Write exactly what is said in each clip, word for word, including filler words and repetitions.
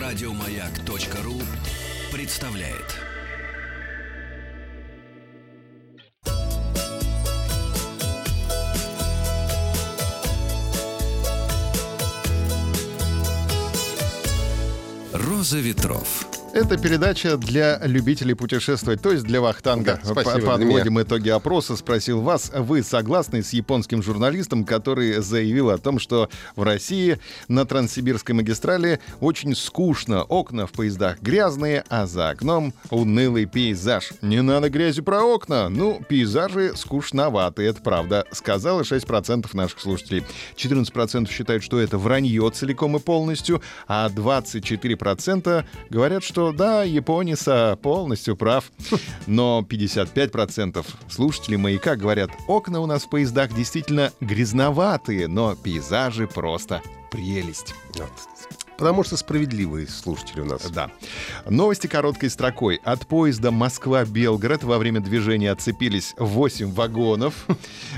Радиомаяк.ру представляет. «Роза ветров». Это передача для любителей путешествовать, то есть для Вахтанга. Да, спасибо, Подводим итоги опроса. Спросил вас, вы согласны с японским журналистом, который заявил о том, что в России на Транссибирской магистрали очень скучно. Окна в поездах грязные, а за окном унылый пейзаж. Не надо грязи про окна. Ну, пейзажи скучноваты, это правда. Сказало шесть процентов наших слушателей. четырнадцать процентов считают, что это вранье целиком и полностью, а двадцать четыре процента говорят, что да, японец полностью прав. Но пятьдесят пять процентов слушателей «Маяка» говорят, окна у нас в поездах действительно грязноватые, но пейзажи просто прелесть. Потому что справедливые слушатели у нас. Да. Новости короткой строкой. От поезда Москва-Белгород во время движения отцепились восемь вагонов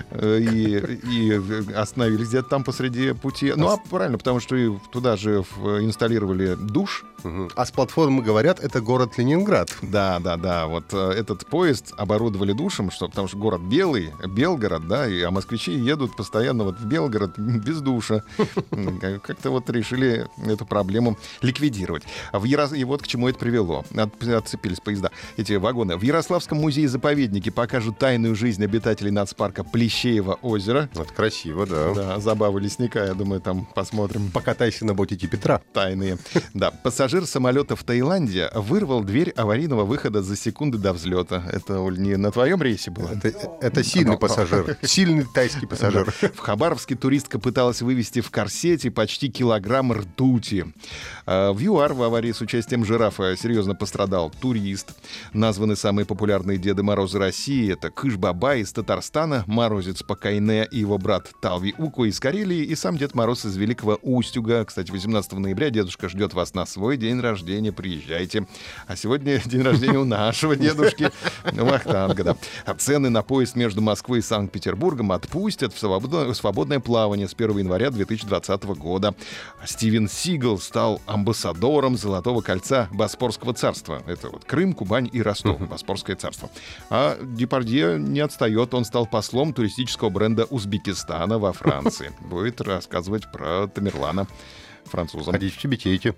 и, и остановились где-то там посреди пути. Ну, а правильно, потому что туда же инсталлировали душ. Угу. А с платформы говорят, это город Ленинград. Да, да, да. Вот этот поезд оборудовали душем, что, потому что город белый, Белгород, да, и, а москвичи едут постоянно вот в Белгород без душа. Как-то вот решили эту проблему ликвидировать. В Яро... И вот к чему это привело. От... Отцепились поезда, эти вагоны. В Ярославском музее-заповеднике покажут тайную жизнь обитателей нацпарка Плещеево озеро. Вот красиво, да. Да, забавы лесника, я думаю, там посмотрим. Покатайся на ботике Петра. Тайные. Да, пассажир самолета в Таиланде вырвал дверь аварийного выхода за секунды до взлета. Это, Оль, не на твоем рейсе было? Это, это сильный пассажир. Сильный тайский пассажир. В Хабаровске туристка пыталась вывести в корсете почти килограмм ртути. В ЮАР в аварии с участием жирафа серьезно пострадал турист. Названы самые популярные Деды Морозы России. Это Кыш-Баба из Татарстана, Морозец Покайне и его брат Талви-Уко из Карелии и сам Дед Мороз из Великого Устюга. Кстати, восемнадцатого ноября дедушка ждет вас на свой день рождения. Приезжайте. А сегодня день рождения у нашего дедушки Вахтанга. Да. А цены на поезд между Москвой и Санкт-Петербургом отпустят в свободное плавание с первого января две тысячи двадцатого года. Стивен Сигал стал амбассадором Золотого кольца Боспорского царства. Это вот Крым, Кубань и Ростов. Боспорское царство. А Депардье не отстает. Он стал послом туристического бренда Узбекистана во Франции. Будет рассказывать про Тамерлана французам. Ходите, чебетейте.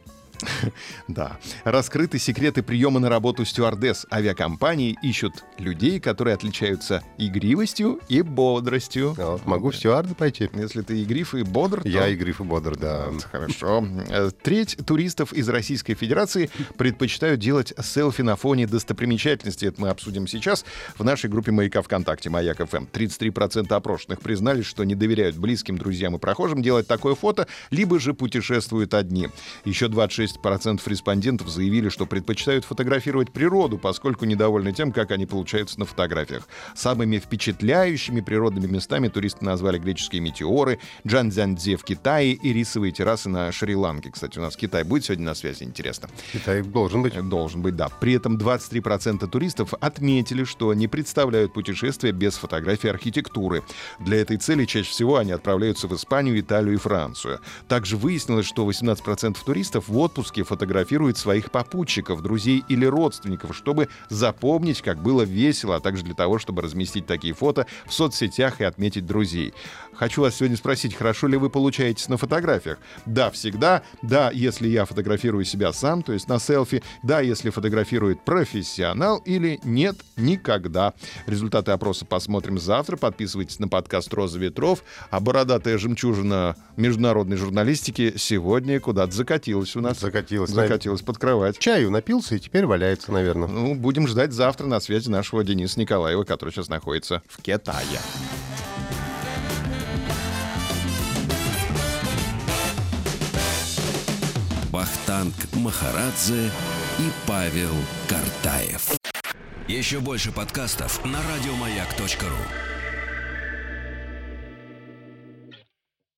Да. Раскрыты секреты приема на работу стюардесс. Авиакомпании ищут людей, которые отличаются игривостью и бодростью. А вот могу в стюарды пойти. Если ты игрив и бодр, Я то... игрив и бодр, да. Хорошо. Треть туристов из Российской Федерации предпочитают делать селфи на фоне достопримечательностей. Это мы обсудим сейчас в нашей группе «Маяка» ВКонтакте «Маяк ФМ». тридцать три процента опрошенных признались, что не доверяют близким, друзьям и прохожим делать такое фото, либо же путешествуют одни. Еще двадцать шесть процентов респондентов заявили, что предпочитают фотографировать природу, поскольку недовольны тем, как они получаются на фотографиях. Самыми впечатляющими природными местами туристы назвали греческие метеоры, Джанцзяньцзе в Китае и рисовые террасы на Шри-Ланке. Кстати, у нас Китай будет сегодня на связи, интересно. Китай должен быть. Должен быть, да. При этом двадцать три процента туристов отметили, что не представляют путешествия без фотографий архитектуры. Для этой цели чаще всего они отправляются в Испанию, Италию и Францию. Также выяснилось, что восемнадцать процентов туристов в отпуск фотографируют своих попутчиков, друзей или родственников, чтобы запомнить, как было весело, а также для того, чтобы разместить такие фото в соцсетях и отметить друзей. Хочу вас сегодня спросить, хорошо ли вы получаетесь на фотографиях? Да, всегда. Да, если я фотографирую себя сам, то есть на селфи. Да, если фотографирует профессионал. Или нет, никогда. Результаты опроса посмотрим завтра. Подписывайтесь на подкаст «Роза ветров». А бородатая жемчужина международной журналистики сегодня куда-то закатилась у нас. Закатилась. Закатилась под кровать. Чаю напился и теперь валяется, наверное. Ну, будем ждать завтра на связи нашего Дениса Николаева, который сейчас находится в Китае. Вахтанг Махарадзе и Павел Картаев. Еще больше подкастов на радиомаяк точка ру.